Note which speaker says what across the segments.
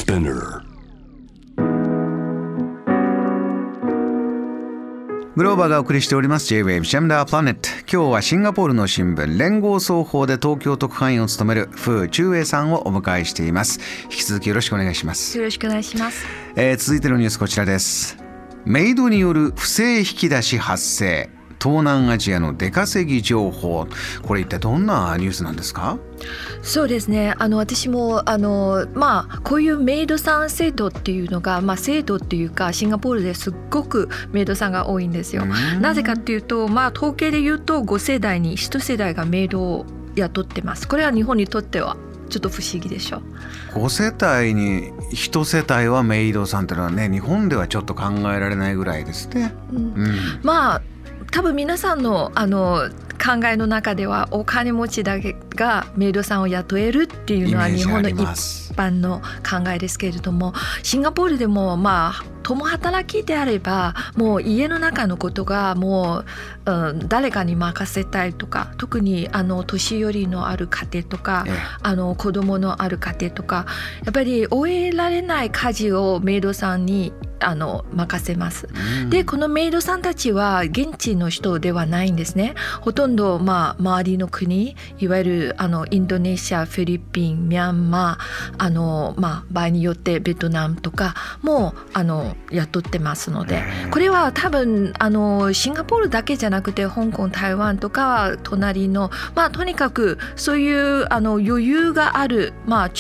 Speaker 1: Spinner。
Speaker 2: グローバーがお送りしております J-Wave ジェムダープラネット。今日はシンガポールの新聞連合早報で東京特派員を務めるフー・チュウエイさんをお迎えしています。引き続きよろしくお願いします。
Speaker 3: よろしくお願いします。
Speaker 2: 続いてのニュースこちらです。メイドによる不正引き出し発生、東南アジアの出稼ぎ情報。これ一体どんなニュースなんですか？
Speaker 3: そうですね、私もこういうメイドさん制度っていうのが、制度っていうかシンガポールですっごくメイドさんが多いんですよ。なぜかっていうと、統計で言うと5世代に1世代がメイドを雇ってます。これは日本にとってはちょっと不思議でしょ。
Speaker 2: 5世帯に1世帯はメイドさんっていうのはね、日本ではちょっと考えられないぐらいですね。
Speaker 3: 多分皆さんの考えの中ではお金持ちだけがメイドさんを雇えるっていうのは日本の一般の考えですけれども、シンガポールでも共働きであればもう家の中のことがもう、誰かに任せたいとか、特に年寄りのある家庭とか、子供のある家庭とか、やっぱり終えられない家事をメイドさんに任せます。でこのメイドさんたちは現地の人ではないんですね。ほとんど周りの国、いわゆるインドネシア、フィリピン、ミャンマー、場合によってベトナムとかも雇ってますので、これは多分シンガポールだけじゃなくて香港、台湾とか隣の、とにかくそういう余裕がある、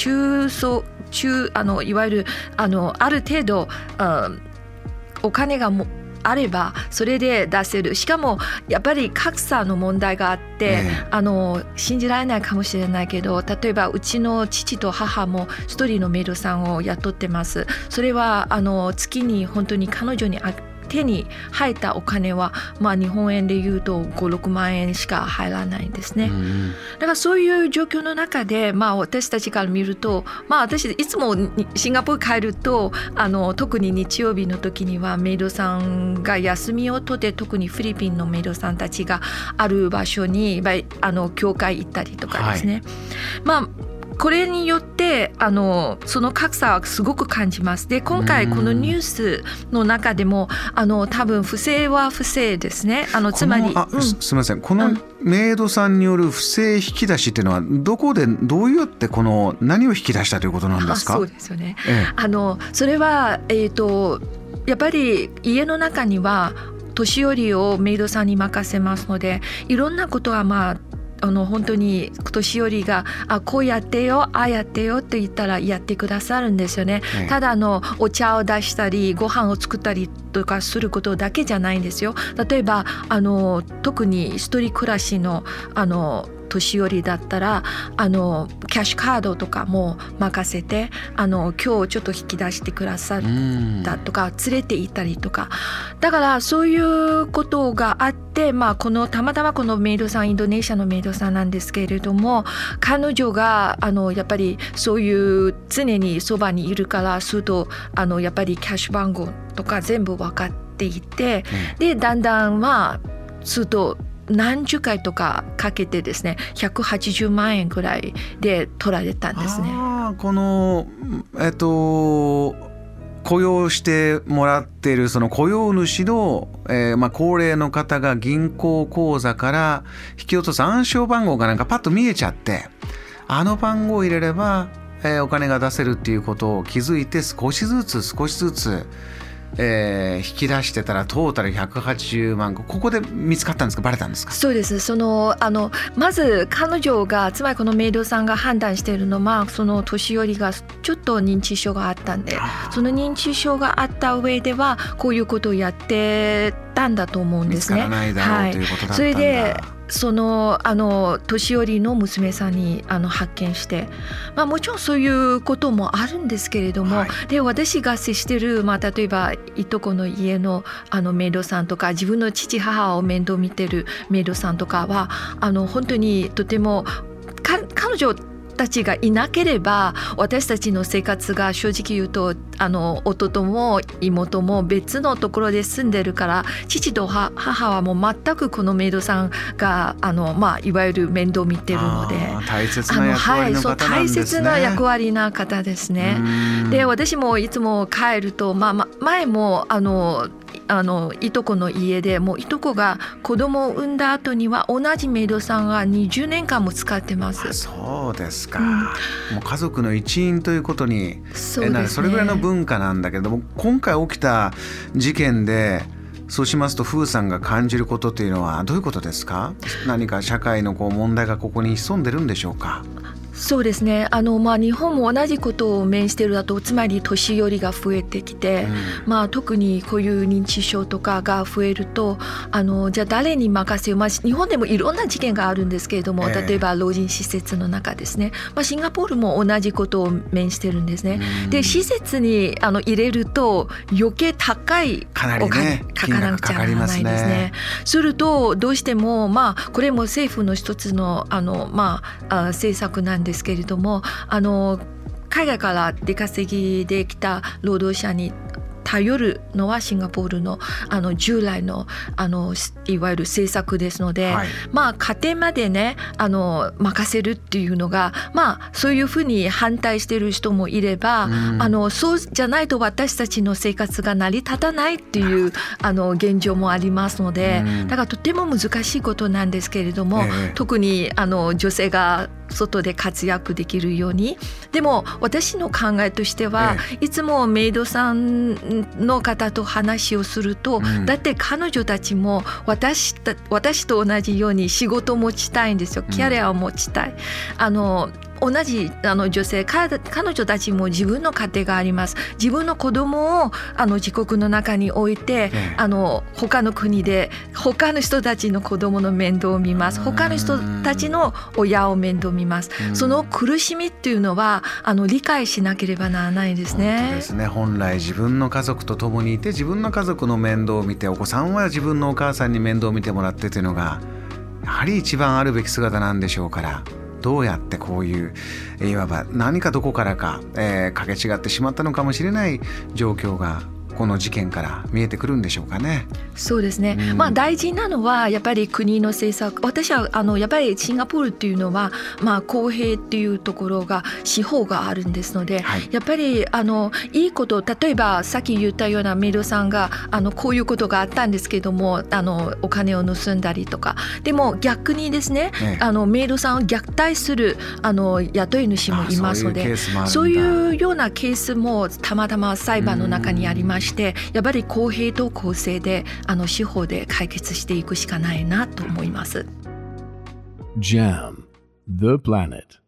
Speaker 3: いわゆるある程度お金があればそれで出せる。しかもやっぱり格差の問題があって、信じられないかもしれないけど、例えばうちの父と母も一人のメイドさんを雇ってます。それは月に本当に彼女に手に入ったお金は、日本円で言うと5、6万円しか入らないんですね。だからそういう状況の中で、私たちから見ると、私いつもシンガポール帰ると特に日曜日の時にはメイドさんが休みを取って、特にフィリピンのメイドさんたちがある場所に教会行ったりとかですね、これによってその格差はすごく感じます。で今回このニュースの中でも多分不正は不正ですね。つまり
Speaker 2: すみません、このメイドさんによる不正引き出しっていうのはどこでどうやって何を引き出したということなんですか？
Speaker 3: そうですよね。それはやっぱり家の中には年寄りをメイドさんに任せますので、いろんなことは本当に年寄りがこうやってよ、ああやってよって言ったらやってくださるんですよね。ただお茶を出したりご飯を作ったりとかすることだけじゃないんですよ。例えば特に一人暮らしの年寄りだったらキャッシュカードとかも任せて今日ちょっと引き出してくださったとか連れて行ったりとか、だからそういうことがあって、たまたまこのメイドさんインドネシアのメイドさんなんですけれども、彼女がやっぱりそういう常にそばにいるからするとやっぱりキャッシュ番号とか全部分かっていて、でだんだんすると何十回とかかけてですね、180万円くらいで取られたんですね。
Speaker 2: この雇用してもらっているその雇用主の、高齢の方が銀行口座から引き落とす暗証番号がなんかパッと見えちゃって、番号を入れれば、お金が出せるっていうことを気づいて少しずつ引き出してたらトータル180万個、ここで見つかったんですか？バレたんですか？
Speaker 3: そうです。まず彼女が、つまりこのメイドさんが判断しているのは、その年寄りがちょっと認知症があったんで、その認知症があった上ではこういうことをやってたんだと思うんですね。
Speaker 2: 見つからないだろうということだったんだ。
Speaker 3: それで年寄りの娘さんに発見して、もちろんそういうこともあるんですけれども、で私が接している、例えばいとこの家のメイドさんとか、自分の父母を面倒見てるメイドさんとかは本当にとても彼女たちがいなければ私たちの生活が正直言うと弟も妹も別のところで住んでるから父と母はもう全くこのメイドさんがいわゆる面倒見てるので
Speaker 2: 大切な役割の方なんですね。
Speaker 3: 大切な役割な方ですね。で私もいつも帰ると、前もいとこの家でもういとこが子供を産んだ後には同じメイドさんが20年間も使ってます。
Speaker 2: そうですか、もう家族の一員ということに
Speaker 3: そうですね、
Speaker 2: それぐらいの文化なんだけども、今回起きた事件でそうしますとフーさんが感じることというのはどういうことですか？何か社会の問題がここに潜んでるんでしょうか？
Speaker 3: そうですね、日本も同じことを面しているだと、つまり年寄りが増えてきて、特にこういう認知症とかが増えるとじゃあ誰に任せよう、日本でもいろんな事件があるんですけれども、例えば老人施設の中ですね、シンガポールも同じことを面してるんですね。で施設に入れると余計高いお金かからなくちゃならないですね。するとどうしてもこれも政府の一つの政策なんですけれども、海外から出稼ぎできた労働者に頼るのはシンガポールの従来のいわゆる政策ですので、家庭までね任せるっていうのがそういうふうに反対している人もいれば、そうじゃないと私たちの生活が成り立たないっていう現状もありますので、だからとても難しいことなんですけれども、特に女性が外で活躍できるように。でも私の考えとしては、いつもメイドさんの方と話をすると、だって彼女たちも私と同じように仕事を持ちたいんですよ。キャリアを持ちたい。同じ女性、彼女たちも自分の家庭があります。自分の子供を自国の中に置いて、他の国で他の人たちの子供の面倒を見ます。他の人たちの親を面倒を見ます。その苦しみっていうのは理解しなければならないですね。
Speaker 2: 本当ですね。本来自分の家族と共にいて、自分の家族の面倒を見て、お子さんは自分のお母さんに面倒を見てもらってというのがやはり一番あるべき姿なんでしょうから、どうやってこういういわば何かどこからか、かけ違ってしまったのかもしれない状況がこの事件から見えてくるんでしょうかね。
Speaker 3: そうですね、大事なのはやっぱり国の政策。私はやっぱりシンガポールっていうのは、公平っていうところが司法があるんですので、やっぱりいいこと、例えばさっき言ったようなメイドさんがこういうことがあったんですけどもお金を盗んだりとか。でも逆にですね、メイドさんを虐待する雇い主もいますので、そういうようなケースもたまたま裁判の中にありまして、やっぱり公平と公正で司法で解決していくしかないなと思います。
Speaker 1: JAM The Planet